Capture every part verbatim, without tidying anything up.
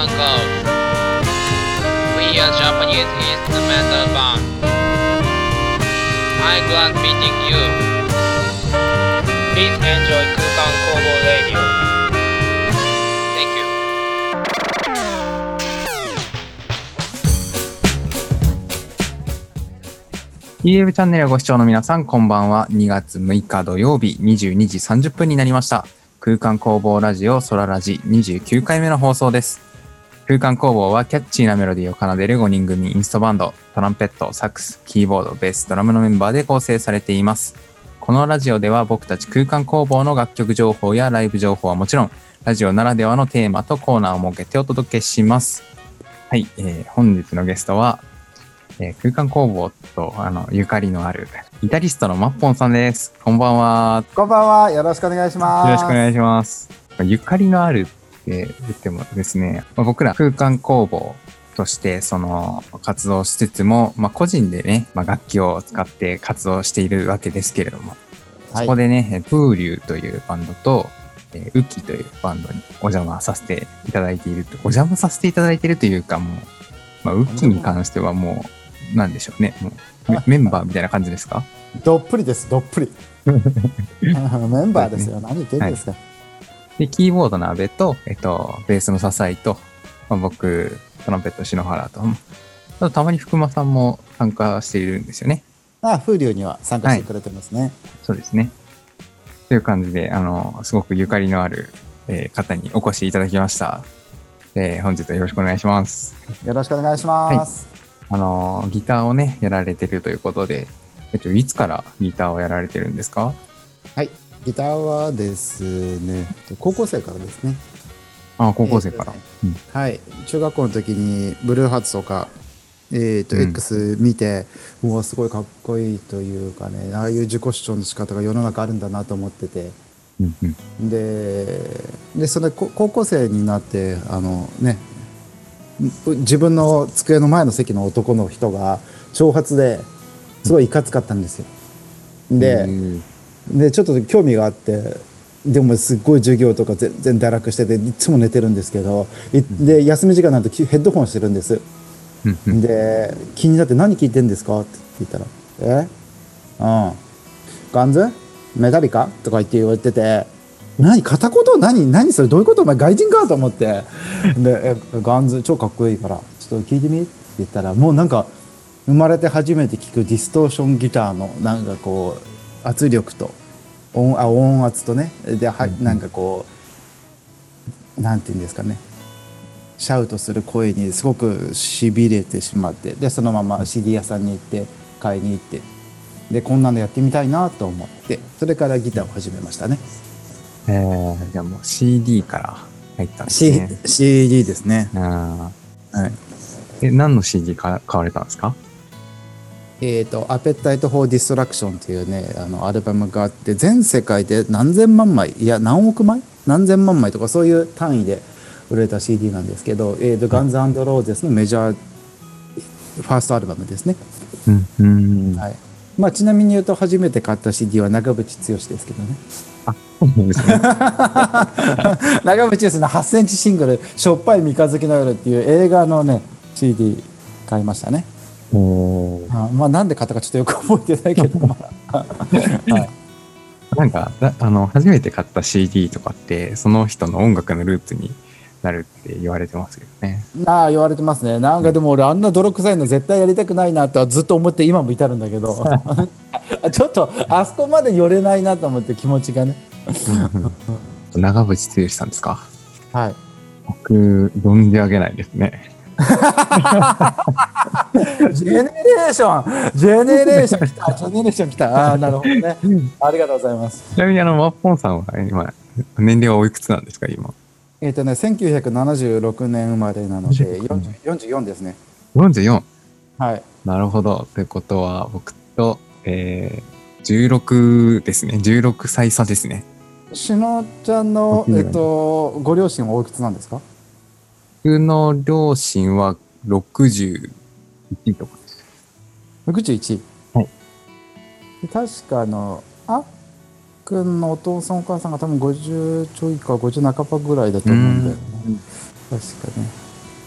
Code. We are Japanese instrumental band. I'm glad meeting you. Please enjoy 空間工房 Radio. Thank you. ティーエル チャンネルをご視聴の皆さん、こんばんは。にがつむいか土曜日にじゅうにじさんじゅっぷんになりました。空間工房ラジオソララジにじゅうきゅうかいめの放送です。空間工房はキャッチーなメロディーを奏でるごにん組インストバンド、トランペット、サックス、キーボード、ベース、ドラムのメンバーで構成されています。このラジオでは僕たち空間工房の楽曲情報やライブ情報はもちろん、ラジオならではのテーマとコーナーを設けてお届けします。はい、えー、本日のゲストは、えー、空間工房とあのゆかりのあるギタリストのマッポンさんです。こんばんは。 こんばんは。よろしくお願いします。 よろしくお願いします。ゆかりのあるって言ってもですね、まあ、僕ら空間工房としてその活動しつつも、まあ、個人でね、まあ、楽器を使って活動しているわけですけれども、はい、そこでね、風流というバンドとえー、ウキというバンドにお邪魔させていただいていると、お邪魔させていただいているというか、もう、まあ、ウキに関してはもうなんでしょうね、もうメンバーみたいな感じですか？ どっぷりです、どっぷり。メンバーですよ。何言ってるんですか？はい、 で、キーボードの阿部と、えっと、ベースの笹井と、まあ、僕、トランペット篠原と、あとたまに福間さんも参加しているんですよね。 ああ、風流には参加してくれてますね。はい、 そうですね。という感じで、あの、すごくゆかりのある、えー、方にお越しいただきました。えー、本日はよろしくお願いします。 よろしくお願いします。 はい、あの、ギターをね、やられてるということで、えっと、いつからギターをやられてるんですか？ はい、ギターはですね、高校生からですね。 ああ、高校生から、 えーねうん。はい、中学校の時にブルーハーツとか、えーと、うん、X 見て、うわ、すごいかっこいいというかね、ああいう自己主張の仕方が世の中あるんだなと思ってて、 うんうん、 で、で、それ高校生になって、あのね、自分の机の前の席の男の人が長髪ですごいいかつかったんですよ。で、うん、でちょっと興味があって、でもすっごい授業とか全然堕落してていつも寝てるんですけど、で休み時間になるとヘッドホンしてるんです。で気になって「何聞いてんですか?」って言ったら「えうんガンズメタリカ?」とか言って言われてて。何片言何何それどういうこと？お前外人かと思ってでガンズ超かっこいいからちょっと聞いてみって言ったら、もうなんか生まれて初めて聞くディストーションギターのなんかこう圧力と 音, あ音圧とねではなんかこうなんていうんですかね、シャウトする声にすごくしびれてしまって、でそのまま シーディー 屋さんに行って買いに行って、でこんなのやってみたいなと思って、それからギターを始めましたね。 えー、じゃあもう シーディー から入ったんですね。 C、シーディー ですね。 あ、 はい。 え、何の シーディー か買われたんですか？ えっと、Appetite for Destruction っていうね、あのアルバムがあって、全世界で何千万枚、いや何億枚何千万枚とかそういう単位で売れた シーディー なんですけど、えーと、Guns N' Roses のメジャーファーストアルバムですね。 うん、うん、 はい。まあ、ちなみに言うと初めて買った シーディー は長渕剛ですけどね。 あ、そうなんですね。 長渕剛のはちセンチシングル「しょっぱい三日月の夜」っていう映画のね シーディー 買いましたね。 おあ、まあなんで買ったかちょっとよく覚えてないけど、まあはい、 なんかあの初めて買った シーディー とかってその人の音楽のルーツになるって言われてますけどね。 ああ言われてますね。なんかでも俺あんな泥臭いの絶対やりたくないなとはずっと思って今も至るんだけどちょっとあそこまで寄れないなと思って気持ちがね長渕剛さんですか？ はい。 僕存じ上げないですね。 ジェネレーションジェネレーションきたジェネレーションきたああなるほどね。ありがとうございます。 ちなみにあのマッポンさんは今年齢はおいくつなんですか今？ えっとねせんきゅうひゃくななじゅうろくねん生まれなのでよんじゅう、よんじゅうよんですね。 よんじゅうよん。 はい。 なるほど。ということは僕と、えー、じゅうろくですね。じゅうろくさい差ですね。 しのちゃんの、えっと、ご両親はおいくつなんですか？ 僕の両親はろくじゅういちとかです。 ろくじゅういち。 はい。 確かあのあっくんのお父さんお母さんが多分ごじゅうちょいかごじゅう半ばぐらいだと思うんだよね。確かね。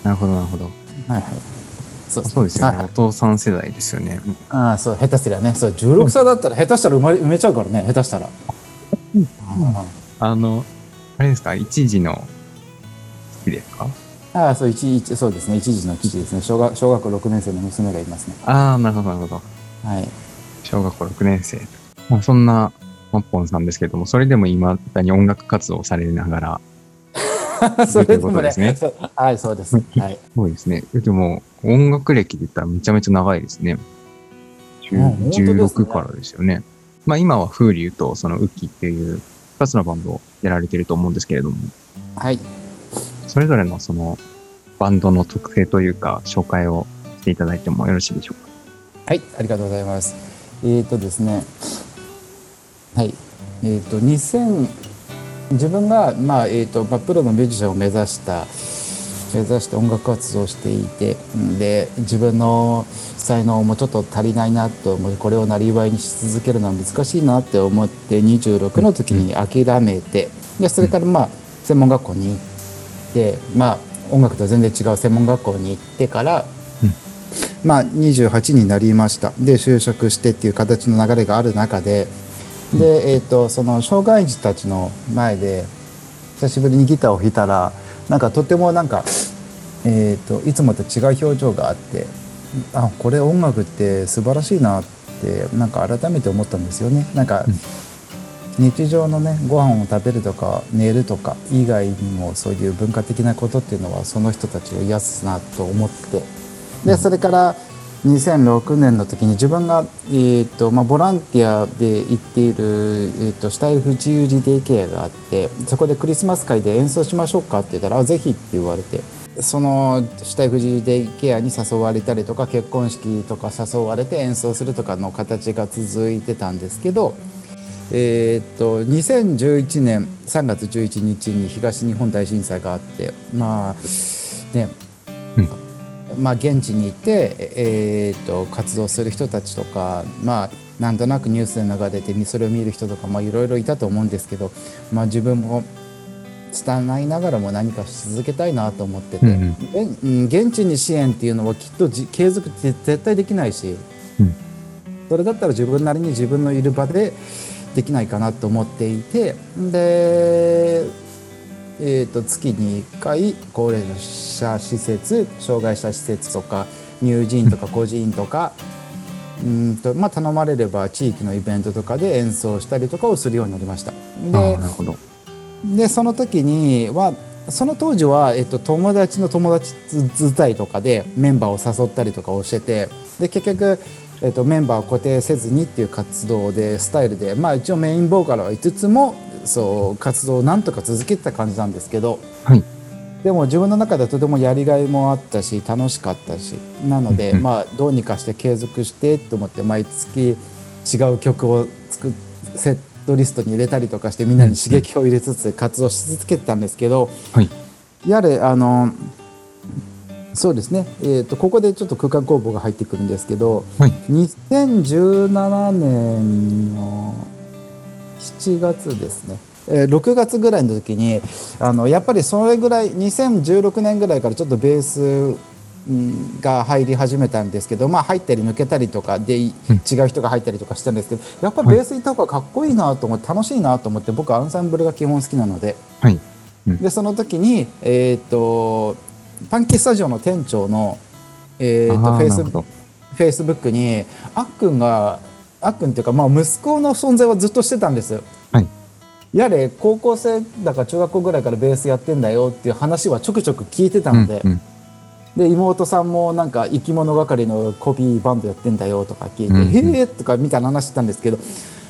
なるほどなるほど。 はいはい。そうそうですよね、 はいはいお父さん世代ですよね。 ああ、そう、下手すりゃね。そう、じゅうろくさいだったら、下手したら埋まれ埋めちゃうからね、下手したら。 うんうんあのあれですか、一時の好きですか？ ああ、そう、一一そうですね、一時の父ですね。小学小学校ろくねん生の娘がいますね。 ああ、なるほどなるほど。 はい。 小学校ろくねん生。まあ、そんなマッポンさんですけれども、それでも今だに音楽活動をされながら、 それでもね、 ということですねそうはい、そうです。はい。 そうですね。でも、音楽歴で言ったらめちゃめちゃ長いですね。 うん本当ですねじゅうろくからですよね。まあ今は風流とそのウキっていうふたつのバンドをやられてると思うんですけれども、 はい。 それぞれのそのバンドの特性というか紹介をしていただいてもよろしいでしょうか。 はい、ありがとうございます。えっ、とですね、はい、えっ、とにせん自分がまあえっ、とまあプロのミュージシャンを目指した目指して音楽活動をしていて、んで自分の才能もちょっと足りないなと思い、これをなりわいにし続けるのは難しいなって思ってにじゅうろくの時に諦めて、でそれからまあ専門学校に行って、まあ音楽とは全然違う専門学校に行ってから、まあにじゅうはちになりました。で就職してっていう形の流れがある中で、で、えー、とその障害児たちの前で久しぶりにギターを弾いたら、なんかとてもなんか、えー、といつもと違う表情があって、あ、これ音楽って素晴らしいなってなんか改めて思ったんですよね。なんか、日常のねご飯を食べるとか寝るとか以外にもそういう文化的なことっていうのはその人たちを癒すなと思って、でそれからにせんろくねんの時に自分が、えーとまあ、ボランティアで行っている、えーとシュタイフ自由児デイケアがあって、そこでクリスマス会で演奏しましょうかって言ったら、あ、ぜひって言われて、そのシュタイフ自由デイケアに誘われたりとか、結婚式とか誘われて演奏するとかの形が続いてたんですけど、えー、とにせんじゅういちねんさんがつじゅういちにちに東日本大震災があって、まあね、 うんまあ、現地に行って、えー、と活動する人たちとか、まあ、なんとなくニュースで流れてそれを見る人とか、まあ、いろいろいたと思うんですけど、まあ、自分も拙いながらも何かし続けたいなと思ってて、 うんうん現地に支援っていうのはきっとじ継続って絶対できないし、 うんそれだったら自分なりに自分のいる場でできないかなと思っていて、で、えー、と月にいっかい高齢者施設、障害者施設とか乳児院とか孤児院とかうんと、まあ、頼まれれば地域のイベントとかで演奏したりとかをするようになりました。 あであ、なるほど。 でその時にはその当時は、えっと、友達の友達伝いとかでメンバーを誘ったりとかをしてて、で結局、えっと、メンバーを固定せずにっていう活動でスタイルで、まあ、一応メインボーカルはいつつもそう活動をなんとか続けてた感じなんですけど、 はい。 でも自分の中ではとてもやりがいもあったし楽しかったし、なので、 うんうんまあ、どうにかして継続してと思って毎月違う曲を作っセットリストに入れたりとかしてみんなに刺激を入れつつ活動し続けてたんですけど、 はい。 やれあのそうですね、えー、とここでちょっと空間工房が入ってくるんですけど、 はい。 にせんじゅうななねんのしちがつですね、えーろくがつぐらいの時にあのやっぱりそれぐらいにせんじゅうろくねんぐらいからちょっとベースうんが入り始めたんですけど、まあ、入ったり抜けたりとかで違う人が入ったりとかしたんですけど、やっぱりベースいた方がかっこいいなと思って楽しいなと思って、僕はアンサンブルが基本好きなので、 はい。 でその時に、えー、とパンキースタジオの店長の、えー、とフェイスあーなるほど。 フェイスブックにあっくんがあっくんっていうか、まあ、息子の存在はずっとしてたんです。 はい。 やれ高校生だか中学校ぐらいからベースやってんだよっていう話はちょくちょく聞いてたので、 うんうんで妹さんもなんか生き物係のコピーバンドやってんだよとか聞いて、 うんうんへえとかみたいな話してたんですけど、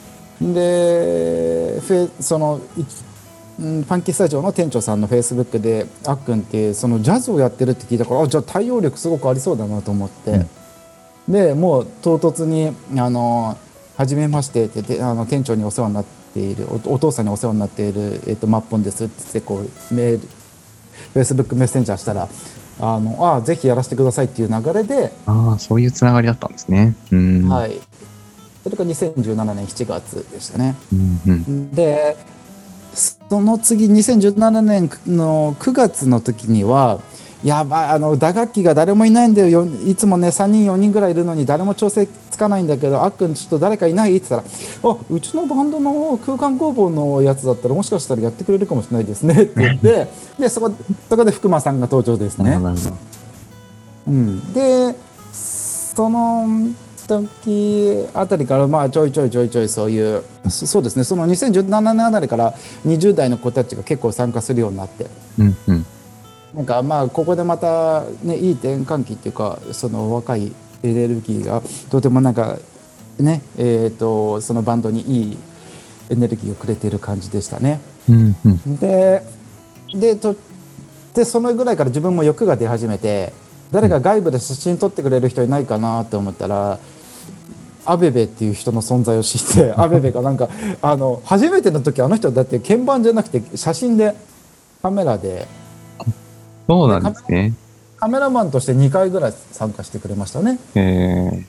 でフェそのいうんパンキースタジオの店長さんのフェイスブックであっくんってそのジャズをやってるって聞いたから、あじゃあ対応力すごくありそうだなと思って、 うんでもう唐突にあの初めましてっててあの店長にお世話になっている お, お父さんにお世話になっている、えっと、マッポンですって言ってこうメールフェイスブックメッセンジャーしたらあのあぜひやらせてくださいっていう流れで、 ああ、そういうつながりだったんですね。うん。 はい、それがにせんじゅうななねんしちがつでしたね。 うんうん。 でその次にせんじゅうななねんのくがつの時には、 やばい、あの打楽器が誰もいないんだよ、よいつもねさんにんよにんぐらいいるのに誰も調整つかないんだけど、あっくんちょっと誰かいないって言ったら、あ、うちのバンドの空間工房のやつだったらもしかしたらやってくれるかもしれないですねって言ってでそこそこで福間さんが登場ですね。 なるほど。 うん、でその時あたりからまあちょいちょいちょいちょいそういうそそうですね、そのにせんじゅうななねんあたりからにじゅう代の子たちが結構参加するようになって、 うんうん。 なんかまあここでまたねいい転換期っていうか、その若いエネルギーがとてもなんかねえっとそのバンドにいいエネルギーをくれている感じでしたね。 うんうん。 ででとでそのぐらいから自分も欲が出始めて、誰か外部で写真撮ってくれる人いないかなと思ったら、アベベっていう人の存在を知って、アベベがなんかあの初めての時あの人だって鍵盤じゃなくて写真でカメラでそうなんですね。 カメラマンとしてにかいぐらい参加してくれましたね。 え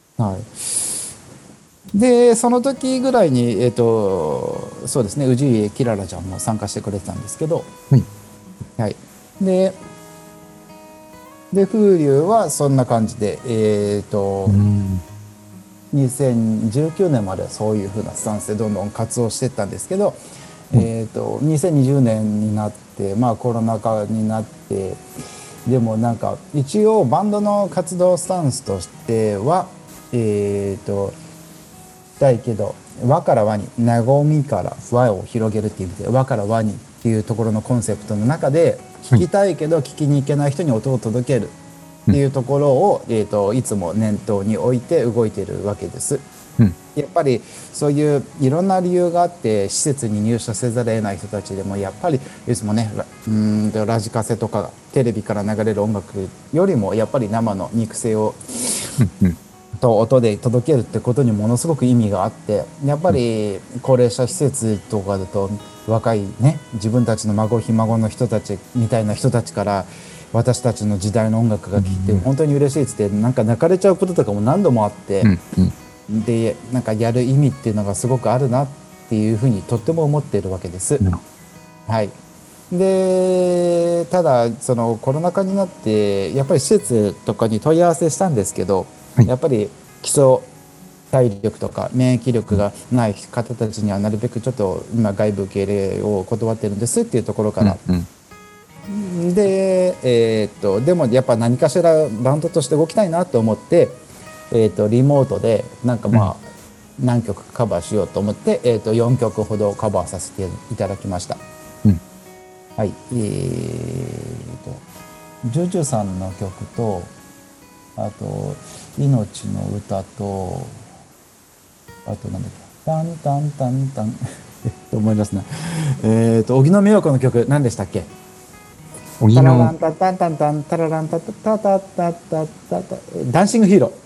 はい、でその時ぐらいに、えー、とそうですね、氏家キララちゃんも参加してくれてたんですけど、 はいはい、でで風流はそんな感じで、えーとー、うんにせんじゅうきゅうねんまではそういう風なスタンスでどんどん活動していったんですけど、 うんえー、とにせんにじゅうねんになって、まあ、コロナ禍になって、でもなんか一応バンドの活動スタンスとしては、えー、とだけど和から和に、和みから和を広げるっていう意味で和から和にっていうところのコンセプトの中で、聞きたいけど聞きに行けない人に音を届けるっていうところを、えー、といつも念頭に置いて動いているわけです。 うんやっぱりそういういろんな理由があって施設に入所せざるを得ない人たちでも、やっぱりいつもねラうーんとラジカセとかテレビから流れる音楽よりもやっぱり生の肉声をうんうんと音で届けるってことにものすごく意味があって、やっぱり高齢者施設とかだと若いね自分たちの孫ひ孫の人たちみたいな人たちから私たちの時代の音楽が聴いて本当に嬉しいっつってなんか泣かれちゃうこととかも何度もあって、 うんうんでなんかやる意味っていうのがすごくあるなっていうふうにとっても思っているわけです。 うんはい、でただそのコロナ禍になってやっぱり施設とかに問い合わせしたんですけど、 はいやっぱり基礎体力とか免疫力がない方たちにはなるべくちょっと今外部受け入れを断ってるんですっていうところから、 うんで、えーっとでもやっぱ何かしらバンドとして動きたいなと思って、えーっとリモートでなんかまあ、何曲かカバーしようと思って、えーっとよんきょくほどカバーさせていただきました。 うんはい、えーとジュジュさんの曲と、あと命の歌と、あとなんだっけ、タンタンタンタンと思いますね。えーと荻野目洋子の曲何でしたっけ？タララ荻野ンタタンタンタンタラランタタタタタタタタダンシングヒーロ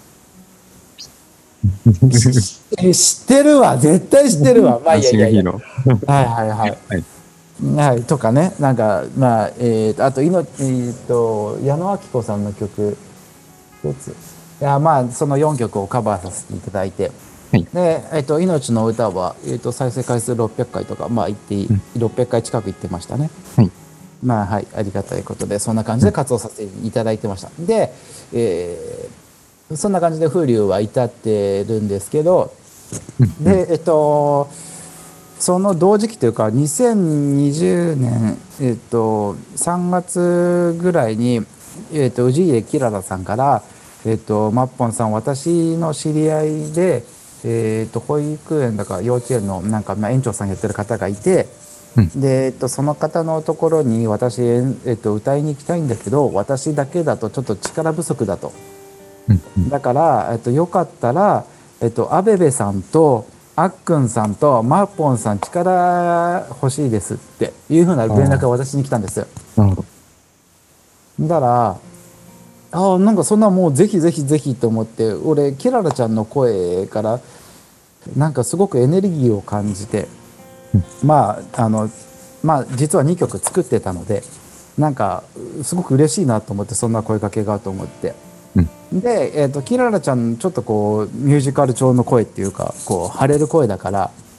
ー。え知ってるわ、絶対知ってるわ。まあいやいやいや。はいはいはい。 はいはい、とかね、なんかまあ、えーとあといの、えーと矢野顕子さんの曲一つ、いやまあそのよんきょくをカバーさせていただいて、 はいで、えーと命の歌は、えーと再生回数ろっぴゃっかいとか、まあ言っていい、 うんろっぴゃっかい近く行ってましたね。 はいまあはい、ありがたいことでそんな感じで活動させていただいてました。で、えーそんな感じで風流は至ってるんですけど、でえっとその同時期というかにせんにじゅうねん、えっと、さんがつぐらいに、えっと、氏家きららさんから、えっと、マッポンさん私の知り合いで、えっと、保育園だか幼稚園のなんか、まあ、園長さんやってる方がいて、 うんでえっと、その方のところに私、えっと、歌いに行きたいんだけど私だけだとちょっと力不足だと。 うんうんだから、えっと、よかったら、えっと、アベベさんとあっくんさんとマッポンさん力欲しいですっていうふうな連絡が私に来たんです。 なるほど。 だからあなんかそんなもうぜひぜひぜひと思って、俺キララちゃんの声からなんかすごくエネルギーを感じて、まああのまあ実はにきょく作ってたのでなんかすごく嬉しいなと思って、そんな声かけがと思って。で、えー、とキララちゃんちょっとこうミュージカル調の声っていうかこう張れる声だから、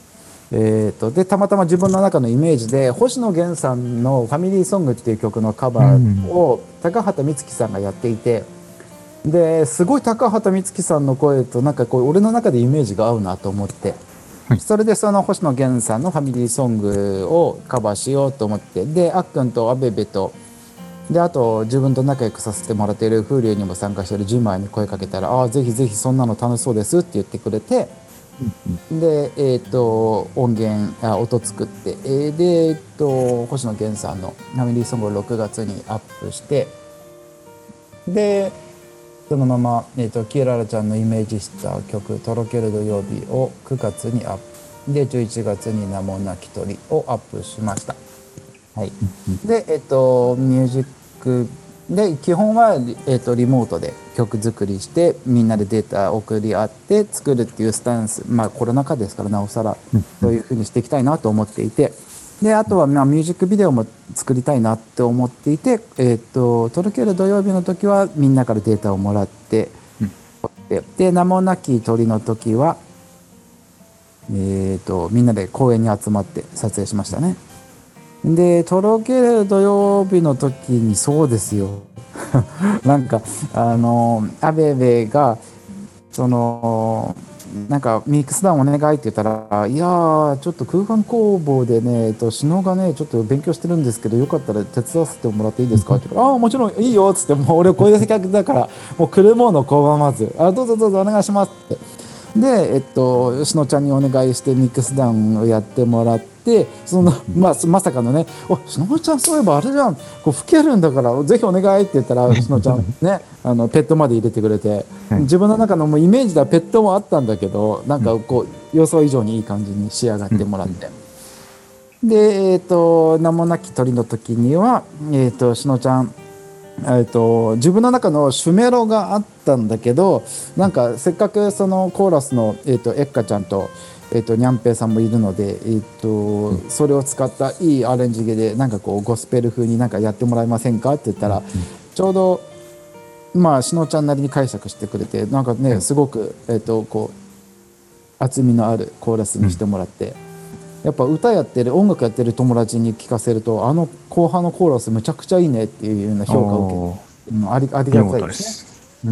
えー、とでたまたま自分の中のイメージで星野源さんの「ファミリーソング」っていう曲のカバーを高畑充希さんがやっていて、ですごい高畑充希さんの声となんかこう俺の中でイメージが合うなと思って、 はいそれでその星野源さんの「ファミリーソング」をカバーしようと思って、であっくんとアベベとであと自分と仲良くさせてもらっている風流にも参加しているジマーに声かけたら「ああぜひぜひそんなの楽しそうです」って言ってくれて、で、えー、と音源あ音作って、えーで、えー、と星野源さんの「ファミリーソング」をろくがつにアップして、でそのまま、えー、とキエララちゃんのイメージした曲「とろける土曜日」をくがつにアップでじゅういちがつに「名もなき鳥」をアップしました。はい、で、えっと、ミュージックで基本は、えっと、リモートで曲作りしてみんなでデータ送り合って作るっていうスタンス、まあコロナ禍ですからなおさらそういうふうにしていきたいなと思っていて、であとはまあミュージックビデオも作りたいなって思っていて、えっと、とろける土曜日の時はみんなからデータをもらって、で名もなき鳥の時は、えっと、みんなで公園に集まって撮影しましたね。でとろける土曜日の時にそうですよなんかあのアベベがそのなんかミックスダウンお願いって言ったら、いやーちょっと空間工房でね、えっと、篠がねちょっと勉強してるんですけどよかったら手伝わせてもらっていいですかって言うから、ああもちろんいいよっつって、もう俺声掛けだからもう車の工場まずあどうぞどうぞお願いしますってで、えっと、しのちゃんにお願いしてミックスダウンをやってもらって、その、まあ、まさかのね「おしのちゃんそういえばあれじゃんこう吹けるんだからぜひお願い」って言ったらしのちゃんねあのペットまで入れてくれて、自分の中のもうイメージではペットもあったんだけどなんかこう予想以上にいい感じに仕上がってもらって、で、えっと名もなき鳥の時には、えっとしのちゃんえー、と自分の中の主メロがあったんだけど、なんかせっかくそのコーラスの、えー、とえっかちゃんと、えー、とにゃんぺいさんもいるので、えーとうん、それを使ったいいアレンジでなんかこうゴスペル風になんかやってもらえませんかって言ったら、うん、ちょうどまあしのちゃんなりに解釈してくれて、なんかねすごく、えー、とこう厚みのあるコーラスにしてもらって。うん、やっぱ歌やってる音楽やってる友達に聞かせるとあの後半のコーラスむちゃくちゃいいねっていうような評価を受けて、うん、あり、ありがたいですね。うん、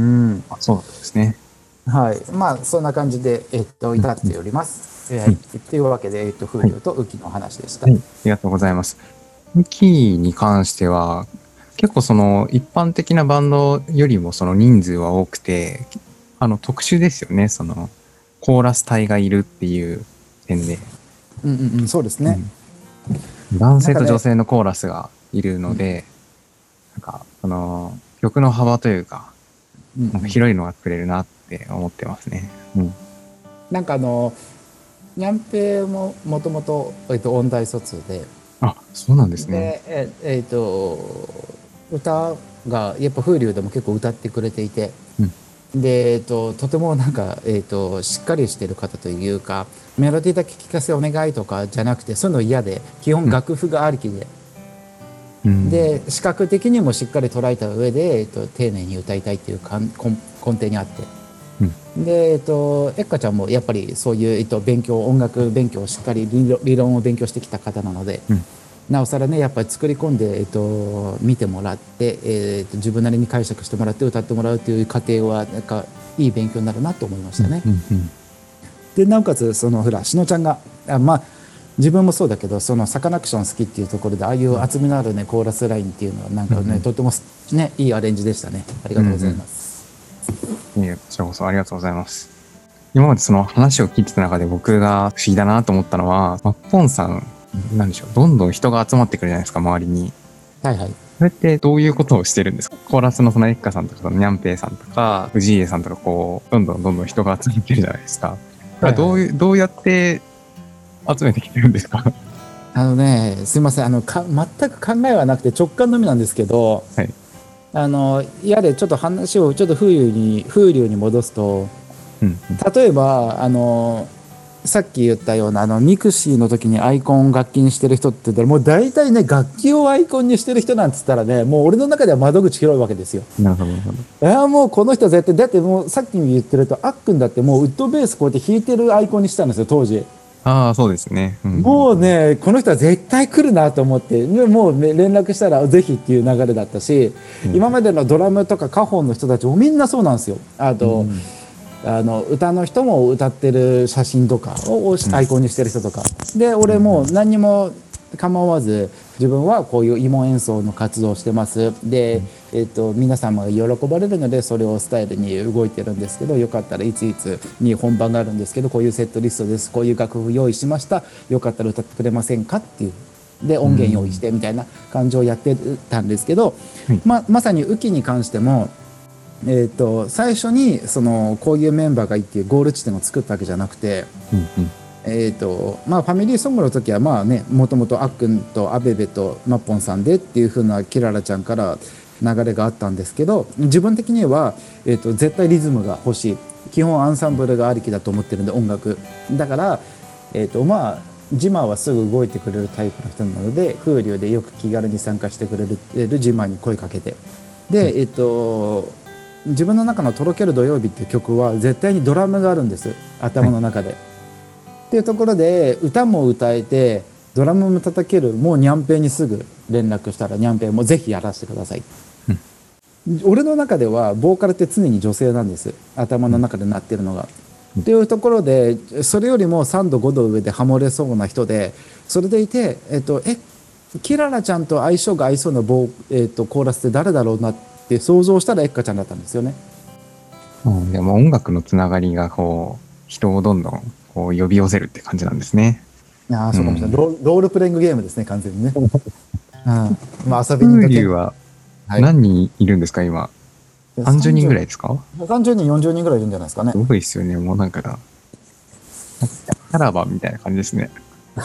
あそうなんですね。 はい、まあそんな感じでえっと至っております。うん、はい、というわけでえっと風流と雨季の話でした、 はい。ありがとうございます。雨季に関しては結構その一般的なバンドよりもその人数は多くてあの特殊ですよね。そのコーラス隊がいるっていう点で。 うんうんうん、そうですね、 うん、男性と女性のコーラスがいるので、なんか、ね、うん、その曲の幅というか、うんうん、なんか広いのが作れるなって思ってますね。うん、 なんかあのにゃんぺいももともと音大卒で、 あ、そうなんですね。 でええー、と歌がやっぱ風流でも結構歌ってくれていて、うん、で、えー、ととてもなんか、えー、としっかりしてる方というか、メロディーだけ聴かせお願いとかじゃなくてそういうの嫌で基本楽譜がありきで、うん、で視覚的にもしっかり捉えた上で、えー、と丁寧に歌いたいっていうかん根根底にあって、うん、で、えー、とえっかちゃんもやっぱりそういう、えー、と勉強音楽勉強をしっかり理論を勉強してきた方なので、うん、なおさらねやっぱり作り込んで、えー、と見てもらって、えー、と自分なりに解釈してもらって歌ってもらうという過程はなんかいい勉強になるなと思いましたね。うんうんうん、でなおかつそのほらしのちゃんがあまあ自分もそうだけどそのサカナクション好きっていうところでああいう厚みのあるねコーラスラインっていうのはなんかね、うんうん、とてもねいいアレンジでしたね。ありがとうございます。 うんうん、いえこちらこそありがとうございます。今までその話を聞いてた中で僕が不思議だなと思ったのはマッポンさんなんでしょうどんどん人が集まってくるじゃないですか周りに。 はいはい。 それってどういうことをしてるんですか？コーラスのそのエッカさんとかにゃんぺいさんとか藤家さんとかこうどんどんどんどん人が集まってるじゃないですか。どういうどうやって集めてきてるんですか？ あのねすいませんあのか全く考えはなくて直感のみなんですけど、はい、あのやれちょっと話をちょっと風流に風流に戻すと、うんうん、例えばあのさっき言ったようなあのミクシーの時にアイコン楽器にしてる人って言ったらもう大体ね楽器をアイコンにしてる人なんて言ったらねもう俺の中では窓口広いわけですよ。 なるほどなるほど。 いやもうこの人は絶対だってもうさっきも言ってるとあっくんだってもうウッドベースこうやって弾いてるアイコンにしたんですよ当時。 ああ、そうですね。うん、 もうね、この人は絶対来るなと思って、ねもうね連絡したらぜひっていう流れだったし、 うん今までのドラムとかカホンの人たちもみんなそうなんですよ。あと、 うんあの歌の人も歌ってる写真とかをアイコンにしてる人とか、で俺も何にも構わず自分はこういう慰問演奏の活動をしてますで、えっと皆様が喜ばれるのでそれをスタイルに動いてるんですけど、よかったらいついつに本番があるんですけどこういうセットリストです、こういう楽譜用意しました、よかったら歌ってくれませんかっていうで音源用意してみたいな感じをやってたんですけど、 はいままさに雨季に関してもえー、と最初にそのこういうメンバーがいいっていうゴール地点を作ったわけじゃなくて、 うんうんえーとまあ、ファミリーソングの時はまあねもともとあっくんとアベベとマッポンさんでっていう風なキララちゃんから流れがあったんですけど、自分的には、えー、と絶対リズムが欲しい、基本アンサンブルがありきだと思ってるんで音楽だから、えーとまあ、ジマーはすぐ動いてくれるタイプの人なので風流でよく気軽に参加してくれるジマーに声かけてで、えーと自分の中の「とろける土曜日」っていう曲は絶対にドラムがあるんです頭の中で、はい、っていうところで歌も歌えてドラムも叩ける、もうニャンペイにすぐ連絡したらニャンペイもぜひやらせてください、うん、俺の中ではボーカルって常に女性なんです、頭の中で鳴ってるのが、うん、っていうところでそれよりもさんどごど上でハモれそうな人で、それでいてえっとえキララちゃんと相性が合いそうなボー、えっと、コーラスって誰だろうなってって想像したらエッカちゃんだったんですよね。 うん、でも音楽のつながりがこう人をどんどんこう呼び寄せるって感じなんですね。 ああそうかもしれない、うん、ロ, ロールプレイングゲームですね完全にね。うん、まあ遊びにに風流は何人いるんですか、はい、今さんじゅうにんぐらいですか。 さんじゅうにんよんじゅうにんぐらいいるんじゃないですかね。 すごいですよね。もうなんかキャラバンみたいな感じですね。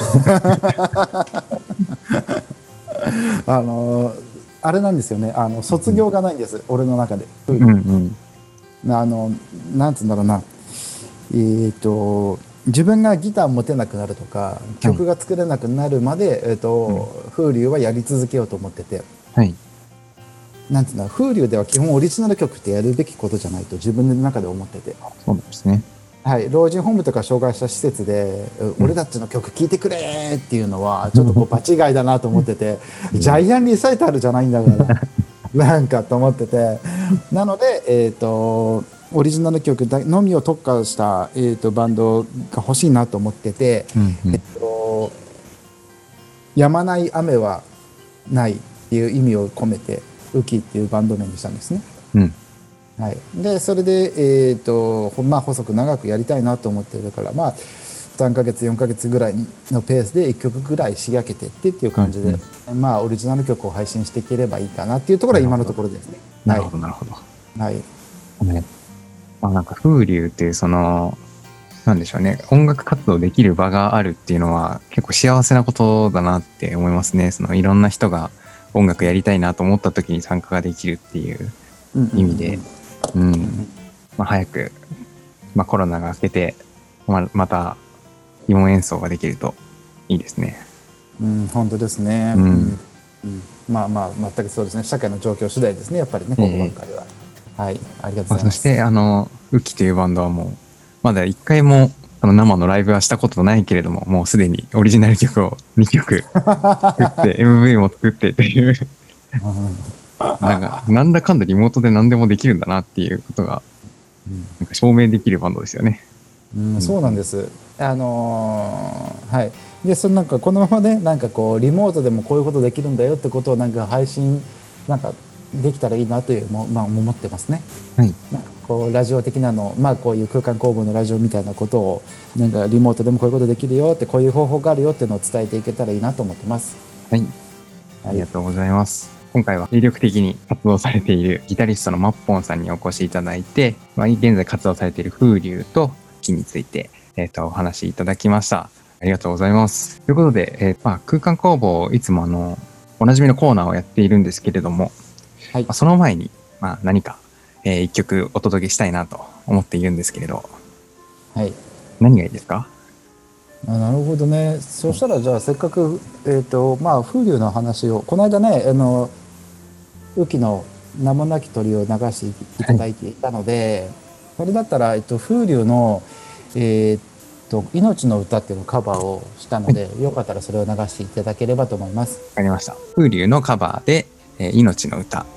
あのーあれなんですよね、あの卒業がないんです、うん、俺の中で、 うんうんうん、あのなんつうんだろうな、えーと自分がギター持てなくなるとか曲が作れなくなるまで、はい、えーとうん、風流はやり続けようと思ってて、 はい、 なんつうんだ、風流では基本オリジナル曲ってやるべきことじゃないと自分の中で思ってて、 そうなんですね。 はい、老人ホームとか障害者施設で、うん、俺たちの曲聴いてくれっていうのはちょっとこう場違いだなと思ってて、うん、ジャイアンリサイタルじゃないんだからなんかと思ってて、なので、えーと、オリジナル曲のみを特化した、えーと、バンドが欲しいなと思ってて、うんうん、えーと、止まない雨はないっていう意味を込めてウキっていうバンド名にしたんですね。 うんはい、でそれで、えーとまあ、細く長くやりたいなと思ってるから、まあ、さんかげつよんかげつぐらいのペースでいっきょくぐらい仕上げていってっていう感じで、うんうんまあ、オリジナル曲を配信していければいいかなっていうところは今のところですね。 なるほどなるほど。 はい、 ね、まあ、なんか風流っていうそのなんでしょうね、音楽活動できる場があるっていうのは結構幸せなことだなって思いますね。そのいろんな人が音楽やりたいなと思った時に参加ができるっていう意味で、うんうんうんうんまあ、早く、まあ、コロナが明けて ま, また慰問演奏ができるといいですね。 うん、本当ですね、うんうんうん、まあまあ全くそうですね、社会の状況次第ですねやっぱりね、ここばっかりは、えー、はい、ありがとうございます、まあ、 そしてあのウキというバンドはもうまだいっかいもあの生のライブはしたことないけれども、もうすでにオリジナル曲をにきょく作って エムブイ も作ってというなんかなんだかんだリモートで何でもできるんだなっていうことがなんか証明できるバンドですよね。 うん、そうなんです。あのー、はい。で、そのなんかこのままね、なんかこうリモートでもこういうことできるんだよってことをなんか配信なんかできたらいいなというもまあ思ってますね。 はい。 なんかこうラジオ的なの、まあこういう空間工房のラジオみたいなことをなんかリモートでもこういうことできるよってこういう方法があるよっていうのを伝えていけたらいいなと思ってます。 はい。ありがとうございます。今回は精力的に活動されているギタリストのマッポンさんにお越しいただいて、まあ、現在活動されている風流と木について、えー、とお話しいただきました。ありがとうございます。ということで、えーまあ、空間工房いつもあのおなじみのコーナーをやっているんですけれども、はいまあ、その前に、まあ、何か、えー、一曲お届けしたいなと思っているんですけれど、 はい、 何がいいですか？ あ、なるほどね。そしたらじゃあせっかく、えーとまあ、風流の話をこの間ね、あの雨季の名もなき鳥を流していただいていたので、はい、それだったら、えっと、風流の、えー、 と命の歌っていうのカバーをしたので、よかったらそれを流していただければと思います。 わかりました。風流のカバーで、えー命の歌。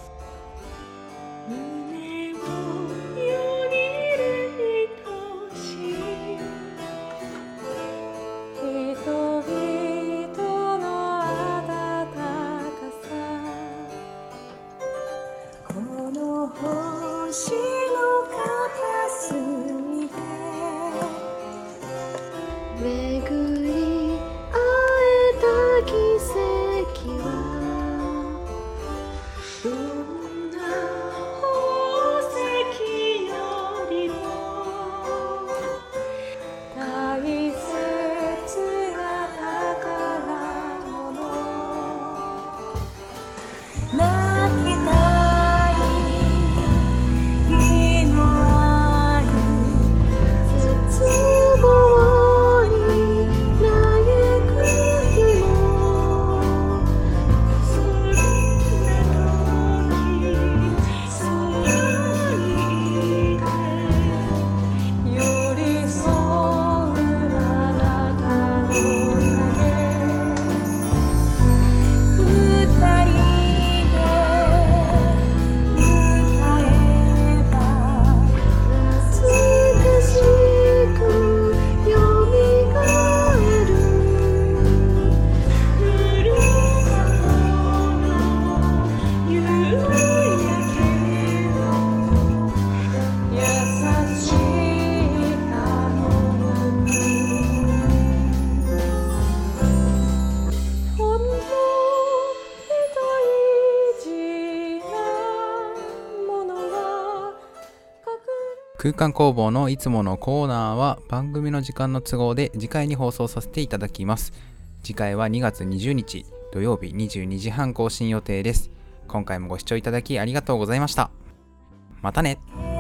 空間工房のいつものコーナーは番組の時間の都合で次回に放送させていただきます。次回はにがつにじゅうにち土曜日にじゅうにじはん更新予定です。今回もご視聴いただきありがとうございました。またね。